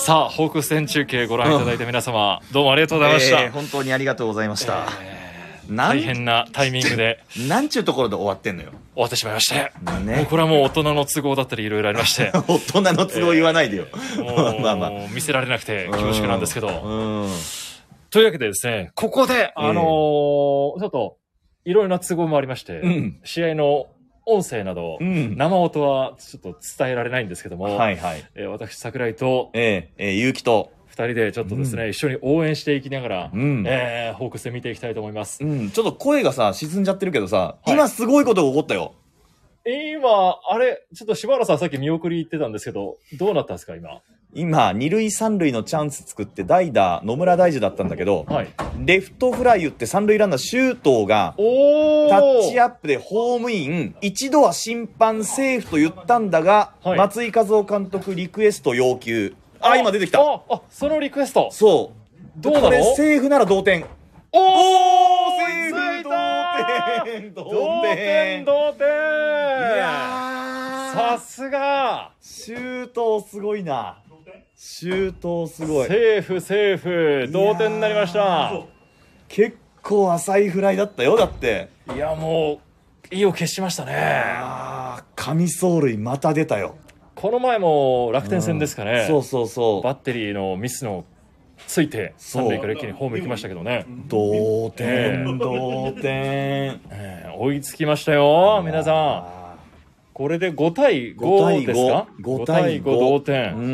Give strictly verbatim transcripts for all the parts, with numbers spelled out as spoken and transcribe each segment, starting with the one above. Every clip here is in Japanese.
さあホークス戦中継ご覧いただいた皆様、どうもありがとうございました、 えー、本当にありがとうございました、 えー、大変なタイミングでなんちゅうところで終わってんのよ。 終わってしまいまして、 ね、 もうこれはもう大人の都合だったりいろいろありまして大人の都合言わないでよ、 えー、もうまあまあ見せられなくて恐縮なんですけど、というわけでですね、ここであのー、ちょっといろいろな都合もありまして、うん、試合の音声など、うん、生音はちょっと伝えられないんですけども、はいはい、えー、私桜井と、 えーえー、結城とふたりでちょっとですね、うん、一緒に応援していきながら、うん、えー、ホークスで見ていきたいと思います、 うん、ちょっと声がさ沈んじゃってるけどさ、はい、今すごいことが起こったよ。 今あれちょっと柴原さんさっき見送り行ってたんですけど、どうなったんですか今。 今二塁三塁のチャンス作って代打野村大樹だったんだけど、はい、レフトフライ打って三塁ランナー周東がタッチアップでホームイン、一度は審判セーフと言ったんだが、はい、松井稼頭監督リクエスト要求。ああ今出てきた。 ああそのリクエストそうどうなの。 これセーフなら同点。 おおセーフ同点同点同点。いやさすが周東すごいな。周東すごい。 セーフセーフ同点になりました。 結構浅いフライだったよ。だっていやもう意を決しましたね。 ああ神走塁また出たよ。 この前も楽天戦ですかね、 うん、そうそうそうバッテリーのミスのついて三塁から一気にホーム行きましたけどね。 同点、えー、同点、 えー、追いつきましたよ皆さん。これでごたいごですか。 ごたいご同点、うん、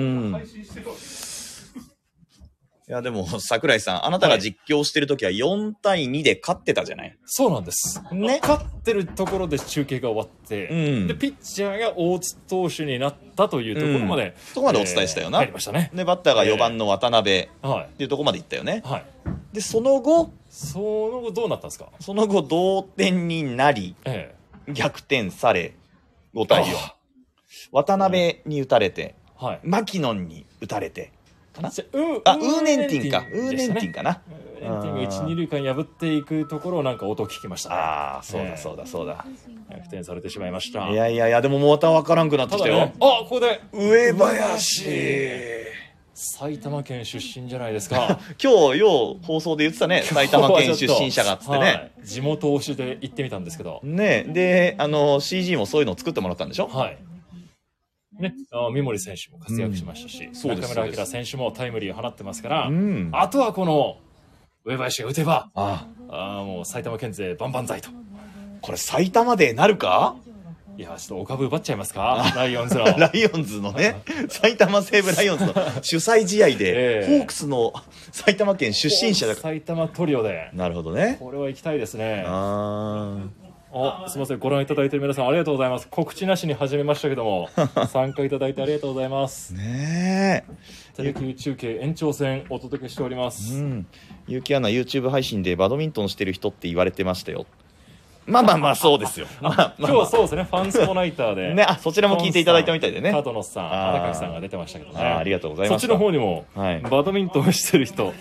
いやでも桜井さんあなたが実況してる時はよんたいにで勝ってたじゃない。 そうなんです、ね、勝ってるところで中継が終わって、うん、でピッチャーが大津投手になったというところまで、うん、 そこまでお伝えしたよな、 えー、入りましたね。 でバッターがよばんの渡辺っていうところまでいったよね、はい、でその後その後どうなったんですか。 その後同点になり、えー、逆転されごたいよん、渡辺に打たれて、はい、牧野に打たれてかな。あ、ウーネンティンか、ウーネンティンかな。 ウーネンティンが一、二塁間破っていくところをなんか音を聞きましたね。 ああ、そうだそうだそうだ。 逆転されてしまいました。 いやいやいや、でもまた分からんくなってきたよ。 ね、あ、ここで上林。 埼玉県出身じゃないですか。 今日よう放送で言ってたね。埼玉県出身者がっつってね、はい、 地元推しで行ってみたんですけど。 ねで、あの シージー もそういうのを作ってもらったんでしょ。 はい。ね、あ三森選手も活躍しましたし、うん、中村晃選手もタイムリーを放ってますから、うん、あとはこの上林が打てば、あああもう埼玉県勢万々歳と。 これ埼玉でなるか。 いやちょっとお株奪っちゃいますかライオンズのライオンズのね埼玉西武ライオンズの主催試合で、えー、ホークスの埼玉県出身者だから埼玉トリオで。 なるほどね。 これは行きたいですね。 ああ、すみません、ご覧いただいている皆さんありがとうございます。告知なしに始めましたけども参加いただいてありがとうございますねえ。 テレキュー中継延長戦お届けしております。 うん、結城アナ YouTube 配信でバドミントンしてる人って言われてましたよ。まあまあまあそうですよ。まあまあまあ、 今日そうですね、ファンスポナイターで、 ね、あそちらも聞いていただいたみたいでね。 角野さん、荒垣さんが出てましたけどね。 あ, ありがとうございます。 そっちの方にも、はい、バドミントンしてる人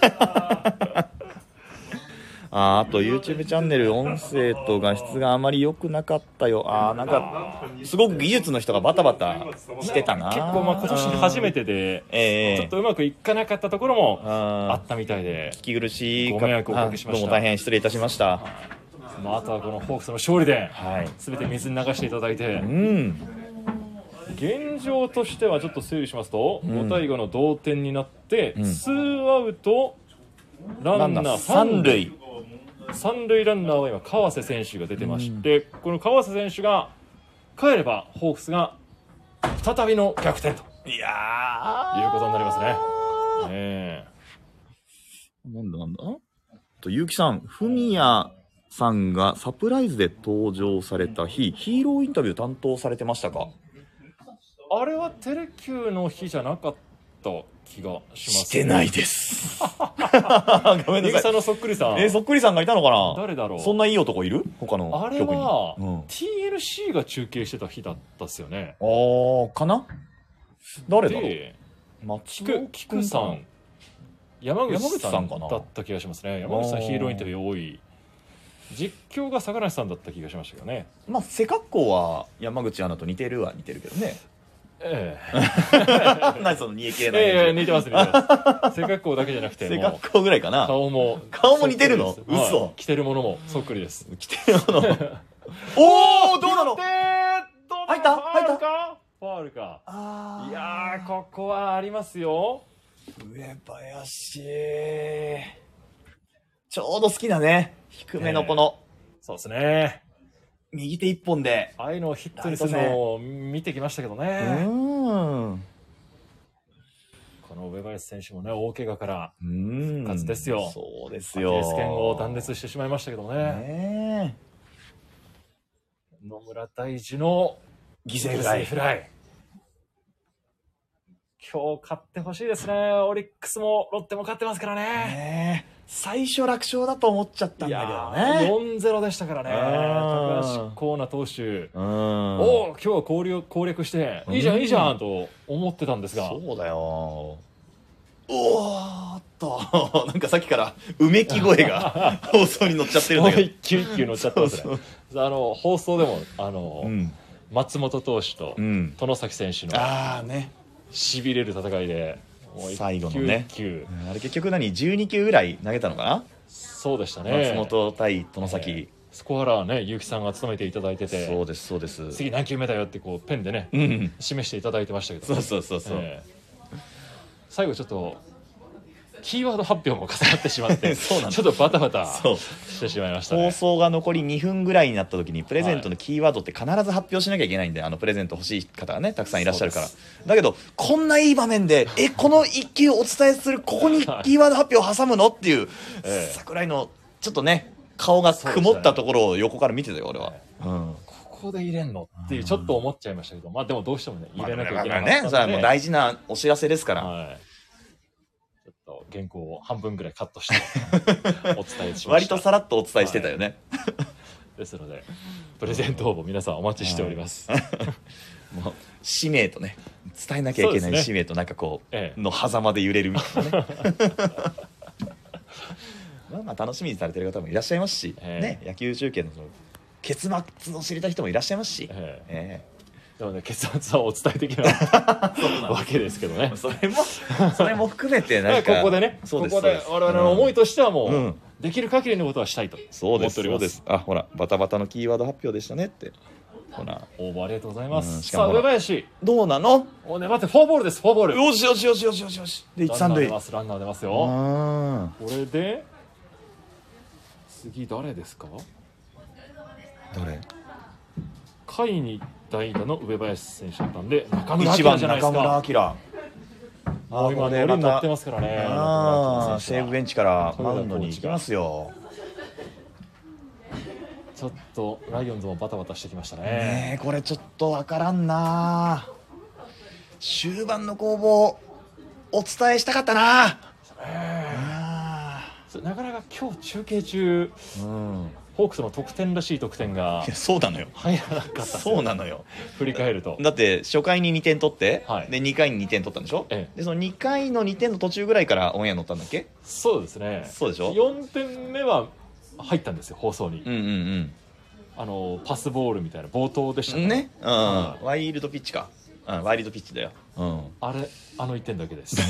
あ, あと YouTube チャンネル音声と画質があまり良くなかったよ。あなんかすごく技術の人がバタバタしてたな。 結構まあ今年初めてで、えー、ちょっとうまくいかなかったところもあったみたいで、 聞き苦しいご迷惑をおかけしました。 どうも大変失礼いたしました。 まあ、あとはこのホークスの勝利で、はい、全て水に流していただいて、うん、現状としてはちょっと整理しますと、うん、ごたいごの同点になって、うん、ツーアウトランナー三塁三塁ランナーは今川瀬選手が出てまして、うん、この川瀬選手が帰ればホークスが再びの逆転といやいうことになりますね。ねなんだなんだと結城さん、文谷さんがサプライズで登場された日、ヒーローインタビュー担当されてましたか。 あれはテレキューの日じゃなかった気がします、ね、 してないですごめんなさい。さんのそっくりさん、 えー、そっくりさんがいたのかな。 誰だろう。 そんないい男いる他のあれは、うん、ティーエヌシー が中継してた日だったっすよね。 あーかな。誰だろう。 松尾菊さん、山口さんだった気がしますね。山口さんヒーローインタビュー多い。実況が坂梨さんだった気がしましたけどね。 まあ背格好は山口アナと似てるは似てるけどね。 ええ何その煮え切れない。 ええ似てます似てます背格好だけじゃなくて背格好ぐらいかな。 顔も顔も似てるの？嘘、はい、 着てるものもそっくりです。 着てるものおおどうなの？ 入った入ったかファールか。 あいやーここはありますよ。 上林ちょうど好きだね。低めのこの、 えー、そうですね。 右手一本でああいうのをヒットにするのを見てきましたけどね。 うんこの上林選手もね大怪我から復活ですよ。 そうですよ。 アキレス腱を断裂してしまいましたけどね。 ね野村大樹の犠牲フライ。 フライ今日勝ってほしいですね。オリックスもロッテも勝ってますからね。 ね最初楽勝だと思っちゃったんだけどね。 よんたいゼロでしたからね。高橋光成投手、おお今日は攻略、攻略していいじゃんいいじゃんと思ってたんですが、 そうだよ。おーっとなんかさっきからうめき声が放送に乗っちゃってるんだけど一球一球乗っちゃってますね。そうそうあの放送でもあの、うん、松本投手と外崎選手の、うん、あーねしびれる戦いで最後のね、うん、あれ結局何じゅうにきゅうぐらい投げたのかな。 そうでしたね。 松本対外崎、えー、 そこからね結城さんが務めていただいてて、 そうですそうです。 次何球目だよってこうペンでね、うん、示していただいてましたけど、 ね、そうそうそうそう、 えー、最後ちょっとキーワード発表も重なってしまってそうなんちょっとバタバタしてしまいましたね。 放送が残りにふんぐらいになった時にプレゼントのキーワードって必ず発表しなきゃいけないんで、あのプレゼント欲しい方がねたくさんいらっしゃるから。だけどこんないい場面でえこのいっきゅうお伝えするここにキーワード発表を挟むのっていう、ええ、桜井のちょっとね顔が曇ったところを横から見てたよ俺は、うん、 ここで入れんのっていうちょっと思っちゃいましたけど、まあでもどうしてもね入れなきゃいけない、 まあ、ねそれはもう大事なお知らせですから、はい、 ちょっと原稿を半分ぐらいカットしてお伝えしました。 割とさらっとお伝えしてたよね、 はい、ですのでプレゼント応募皆さんお待ちしております、はい、 もう使命とね伝えなきゃいけない使命となんかこう、ね、の狭間で揺れるみたいなねまあまあ楽しみにされてる方もいらっしゃいますし、えーね、野球中継のその結末を知りたい人もいらっしゃいますし、えーえー、でもね結末はお伝えできないわけですけどねそれもそれも含めてなんかここでねここで我々の思いとしてはもう、うん、できる限りのことはしたいと思っております。そうですそうです。 あほらバタバタのキーワード発表でしたねってほら応募ありがとうございます、うん、さあ上林どうなの。 おね待ってフォアボールですフォアボール。 よしよしよしよしよしよしで一三塁ランナー出ますランナー出ますよ。これで次誰ですか。 誰。 下位に代打の上林選手だったんで中村晃じゃないですか。 中村晃もう今ノリに乗ってますからね。 あ西武ベンチからマウンドに行きますよ。 ちょっとライオンズもバタバタしてきましたね。 ねえこれちょっとわからんな。終盤の攻防お伝えしたかったな。 なかなか今日中継中、うん、ホークスの得点らしい得点がそうなのよ入らなかった。 そうなのよ振り返るとだって初回ににてん取って、はい、でにかいににてん取ったんでしょ、ええ、でそのにかいのにてんの途中ぐらいからオンエア乗ったんだっけ。 そうですね。 そうでしょ。 よんてんめは入ったんですよ放送に、 うんうんうん、あのパスボールみたいな冒頭でしたね、ね、うん、ワイルドピッチか、うん、ワイルドピッチだよ、うん、 あれあのいってんだけです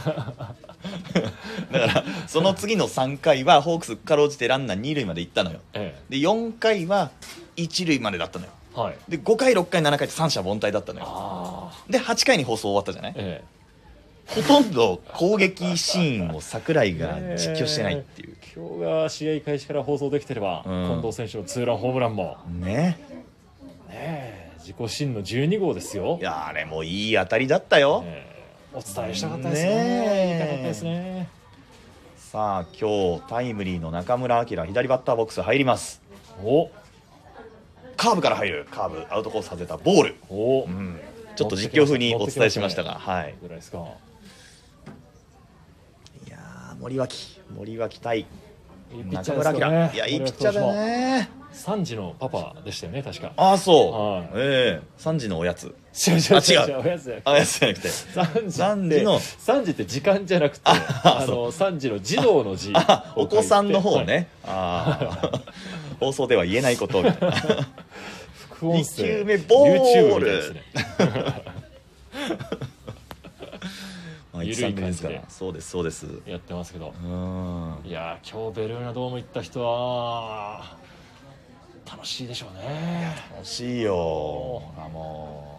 だからその次のさんかいはホークスかろうじてランナーに塁まで行ったのよ、ええ、でよんかいはいち塁までだったのよ、はい、でごかいろっかいななかいって三者凡退だったのよ。あではちかいに放送終わったじゃない、ええ、ほとんど攻撃シーンを櫻井が実況してないっていう、 えー、今日が試合開始から放送できてれば、うん、近藤選手のツーランホームランもねね自己新のじゅうにごうですよ。 いやあれもいい当たりだったよ、えーお伝えしたかったですね。言いたかったですね。さあ今日タイムリーの中村晃左バッターボックス入ります。おカーブから入るカーブアウトコース外れたボールお、うん、ちょっと実況風にお伝えしましたが、はいぐらいですか。いや森脇森脇対中村晃、ね、いやいいピッチャーだね。 さんじのパパでしたよね確か。 ああそう、はい、ええー、さんじのおやつ違う違う違うおやつじゃなくて、 おやつじゃなくてさんじのさんじって時間じゃなくてあのさんじの児童の字お子さんの方ね、はい、あ放送では言えないことみたいな副音声にきゅうめボール、 ですねまあ、緩い感じでそうですそうですやってますけど、うん、いや今日ベルーナドーム行った人は楽しいでしょうね。 楽しいよ。あも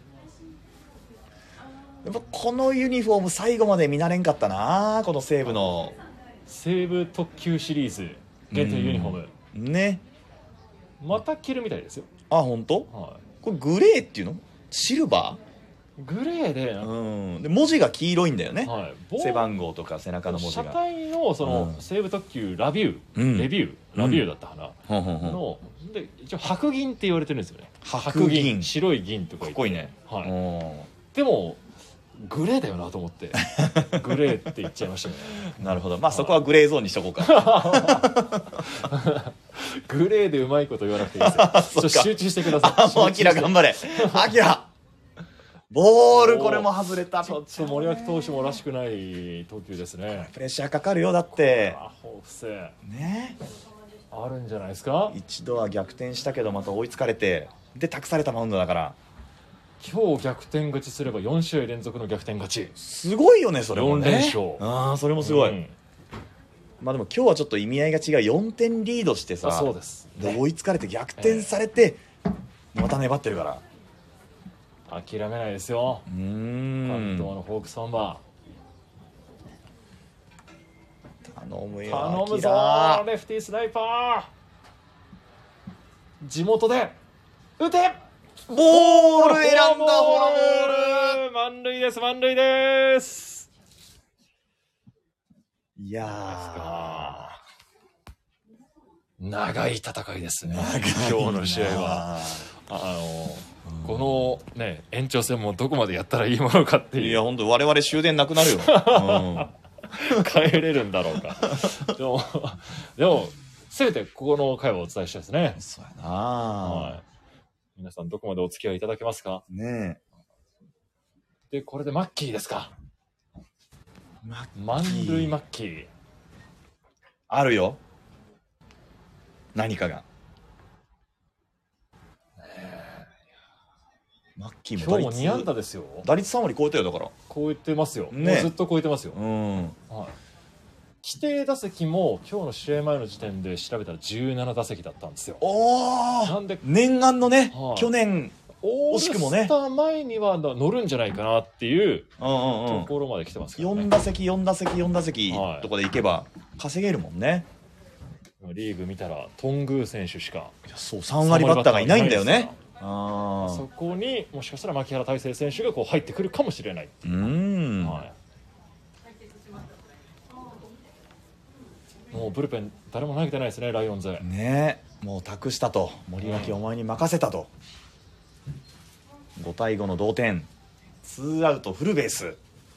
うやっぱこのユニフォーム最後まで見慣れんかったな。この西武の西武特急シリーズ限定ユニフォーム、 うん、ねまた着るみたいですよ。 あ本当？はい、これグレーっていうの？シルバー？ グレーで、 うん、で文字が黄色いんだよね、はい、背番号とか背中の文字が車体のその、うん、西武特急ラビュー、うん、レビューラビューだったかな、うん、ので一応白銀って言われてるんですよね。白銀白い銀とか言ってかっこいいね、はい、でもグレーだよなと思ってグレーって言っちゃいましたね。 なるほど、まあそこはグレーゾーンにしとこうかグレーでうまいこと言わなくていいですよちょっと集中してください。 あもうアキラ頑張れアキラボールこれも外れた。 ちょっと森脇投手もらしくない投球ですね。 プレッシャーかかるよ。だってホークスねあるんじゃないですか。 一度は逆転したけどまた追いつかれてで託されたマウンドだから、 今日逆転勝ちすればよん試合連続の逆転勝ち。 すごいよねそれもね。 よん連勝。 ああそれもすごい、うん、まあでも今日はちょっと意味合いが違う。よんてんリードしてさ、 そうです、 ね、で追いつかれて逆転されて、えー、また粘ってるから諦めないですよ。 うーん関東のホークスファンは頼むよ。 頼むぞレフティースナイパー地元で打て。 ボール選んだ。フォアボール満塁です満塁です。 いやー長い戦いですね今日の試合は。あのこのね延長戦もどこまでやったらいいものかっていう。 いや本当我々終電なくなるよ、 うん、帰れるんだろうかでもでもせめてここの会話をお伝えしたいですね。 そうやな、はい、 皆さんどこまでお付き合いいただけますかね。 でこれでマッキーですか。満塁マッキーあるよ何かが。マッキーも今日もに安打ですよ。 打率さん割超えたよ。だから超えてますよ、ね、もうずっと超えてますよ、 うんはい、 規定打席も今日の試合前の時点で調べたらじゅうなな打席だったんですよ。 おなんで念願のね、 はい、 去年惜しくもねオールスター前には乗るんじゃないかなっていうところまで来てますからね。 よん打席よん打席よん打席とかでいけば稼げるもんね。 リーグ見たら頓宮選手しかいやそうさん割バッターがいないんだよね。 あそこにもしかしたら牧原大成選手がこう入ってくるかもしれないっていう。うん、はい、もうブルペン誰も投げてないですねライオンズね。もう託したと森脇お前に任せたと、うん、ご対ごの同点ツーアウトフルベース。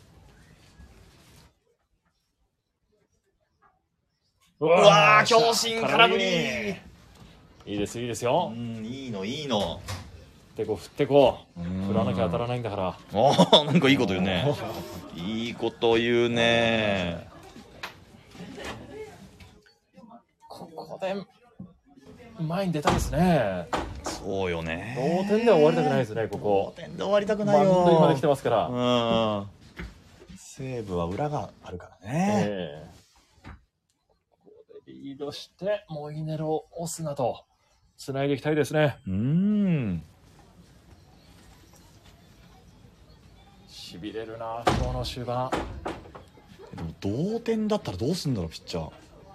うわー強振空振り。 いいですいいですよ。 うんいいのいいの。 振ってこ振ってこ振らなきゃ当たらないんだから。 あなんかいいこと言うねいいこと言うね。 ここで前に出たいですね。 そうよね。 同点では終わりたくないですね。ここ同点で終わりたくないよ。 満塁まで来てますから。 うん西武は裏があるからね、えー、ここでリードしてモイネロを押すなどつないでいきたいですね。 うんしびれるな今日の終盤。 でも同点だったらどうすんだろうピッチャー。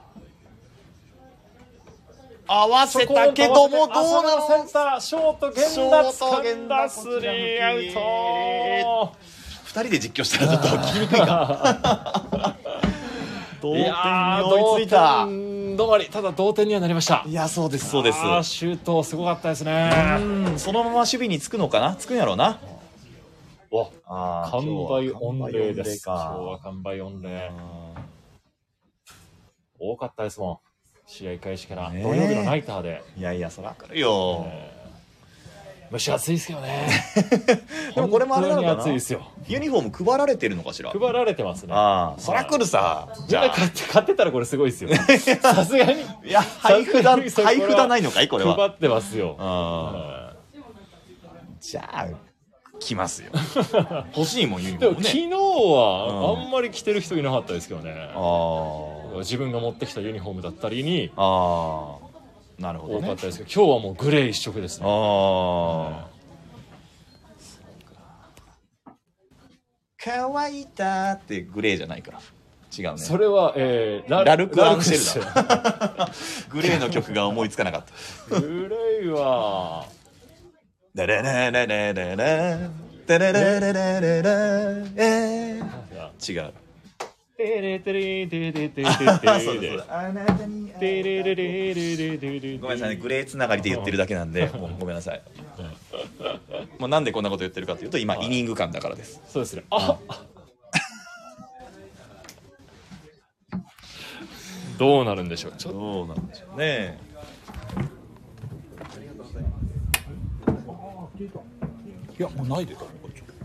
合わせたけどもどうなの。 センターショート源田掴んだスリーアウト。 ふたりで実況したらちょっと聞きにくいか同点に追いついた。 止まりただ同点にはなりました。 いやそうですそうです。 あシュートすごかったですね。 うんそのまま守備につくのかな。つくんやろうな。 おあ完売御礼です。今日は完売御礼多かったですもん試合開始から、ね、土曜日のナイターで。 いやいやそら来るよ、 えー、蒸し暑いですけどねでもこれもあれなのかな。 暑いですよ。 ユニフォーム配られてるのかしら。 配られてますね。 ああそら来るさ。 じゃあ買って買ってたらこれすごいですよさすがに。 いや配布だ配布だないのかいこれは。 配ってますよ。 あじゃあ着ますよ欲しいもんユニフォームね。 でも昨日はあんまり着てる人いなかったですけどね、 あ自分が持ってきたユニフォームだったりにああなるほど、ね、 多かったですけど、今日はもうグレー一色ですね。 ああ乾いたってグレーじゃないから違うね。 それは、えー、ラ, ラルク・アンシラルクェルだグレーの曲が思いつかなかったグレーはダララララララダララララララえー、違うテレテレテレテレテレそうだそうだあなたにテレレレレレレレごめんなさいね、グレーつながりで言ってるだけなんでもうごめんなさいもうなんでこんなこと言ってるかというと今イニング感だからです。 そうですね。あどうなるんでしょう。ちょっとどうなんでしょうね。 いやもうないでたそう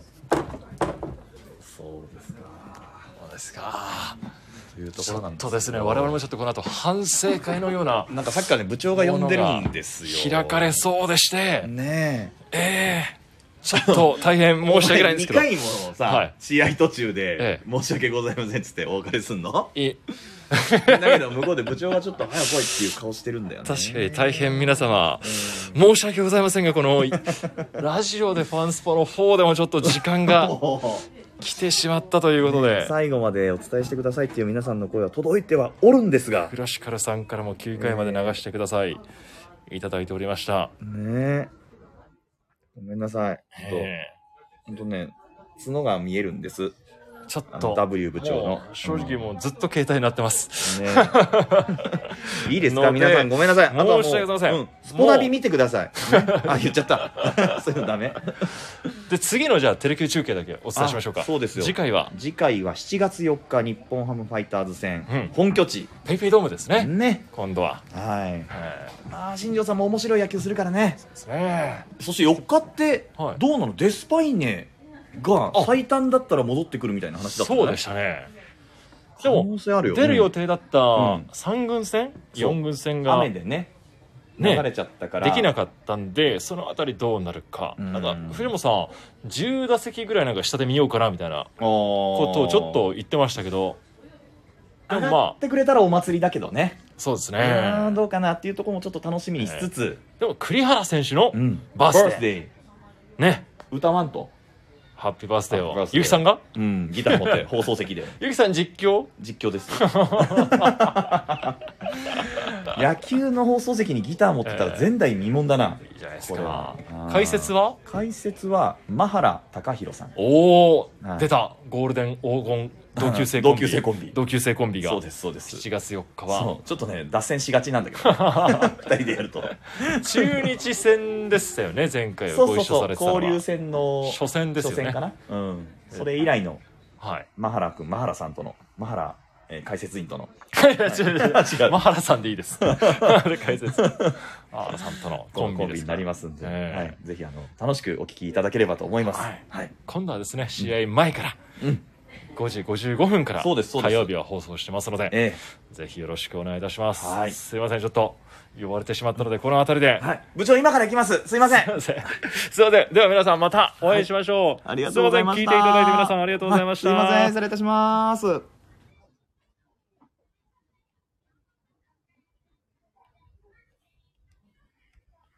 ですか。 そうですか。 というとこちょろなんですっとですね、我々もちょっとこの後反省会のようななんかさっきからね部長が呼んでるんですよ。 開かれそうでしてねええーちょっと大変申し訳ないんですけどにかいもさ、 はい、 試合途中で、 ええ、 申し訳ございませんっつってお別れすんのいだけど向こうで部長がちょっと早く来いっていう顔してるんだよね。 確かに大変皆様申し訳ございませんが、このラジオでファンスポの方でもちょっと時間が来てしまったということで、 最後までお伝えしてくださいっていう皆さんの声は届いてはおるんですが、 クラシカルさんからもきゅうかいまで流してくださいいただいておりました。 ねえごめんなさい。ほんとね角が見えるんです。 ちょっと W 部長の正直もうずっと携帯になってます、 ね、いいですか皆さんごめんなさい。あとはもう申し訳ございません、うん、 スポナビ見てください、ね、あ言っちゃったそういうのダメで次のじゃあテレキュー中継だけお伝えしましょうか。 そうですよ。 次回は次回はしちがつよっか日本ハムファイターズ戦、 うん、 本拠地ペイペイドームですね。 ね今度ははい、はい、 あ新庄さんも面白い野球するからね。 そうですね。 そしてよっかってどうなの、デスパイネが最短だったら戻ってくるみたいな話だったね。 そうでしたね。でも可能性あるよ。 出る予定だったうん、 さん軍戦、よん軍戦が雨でね流れちゃったから、 ね、できなかったんで、そのあたりどうなるか、うん、なんか藤本さんじゅう打席ぐらいなんか下で見ようかなみたいなことをちょっと言ってましたけど、 でもまあ上がってくれたらお祭りだけどね。 そうですね。 どうかなっていうところもちょっと楽しみにしつつ、 ね、でも栗原選手のバースデー、うん、ね歌わんとハッピーバースデーをゆきさんが、 うん、ギター持って放送席でゆきさん実況実況です野球の放送席にギター持ってたら前代未聞だな、 えー、いいじゃないですか。解説は解説は真原隆弘さん。 おお、はい、出たゴールデン黄金同級生コンビ同級生コンビ同級生コンビがそうですそうです。 しちがつよっかはちょっとね脱線しがちなんだけどふたりでやると中日戦でしたよね前回はご一緒されてたのは。 交流戦の初戦ですよね。 初戦かな、うん、それ以来の、 はい、 真原君真原さんとの真原、えー、解説員とのいや違う違う真原さんでいいです解説真原さんとのコンビですコンビになりますんで、えーはい、ぜひあの楽しくお聞きいただければと思います、 はいはい、今度はですね試合前から、うん、ごじごじゅうごふんから火曜日は放送してますので、ええ、ぜひよろしくお願いいたします、はい、すいませんちょっと呼ばれてしまったのでこの辺りで、はい、 部長今から行きます。すいませんすいませんすいません。では皆さんまたお会いしましょう、 はい、ありがとうございました。 すいません聞いていただいて皆さんありがとうございました。 すいません失礼いたします。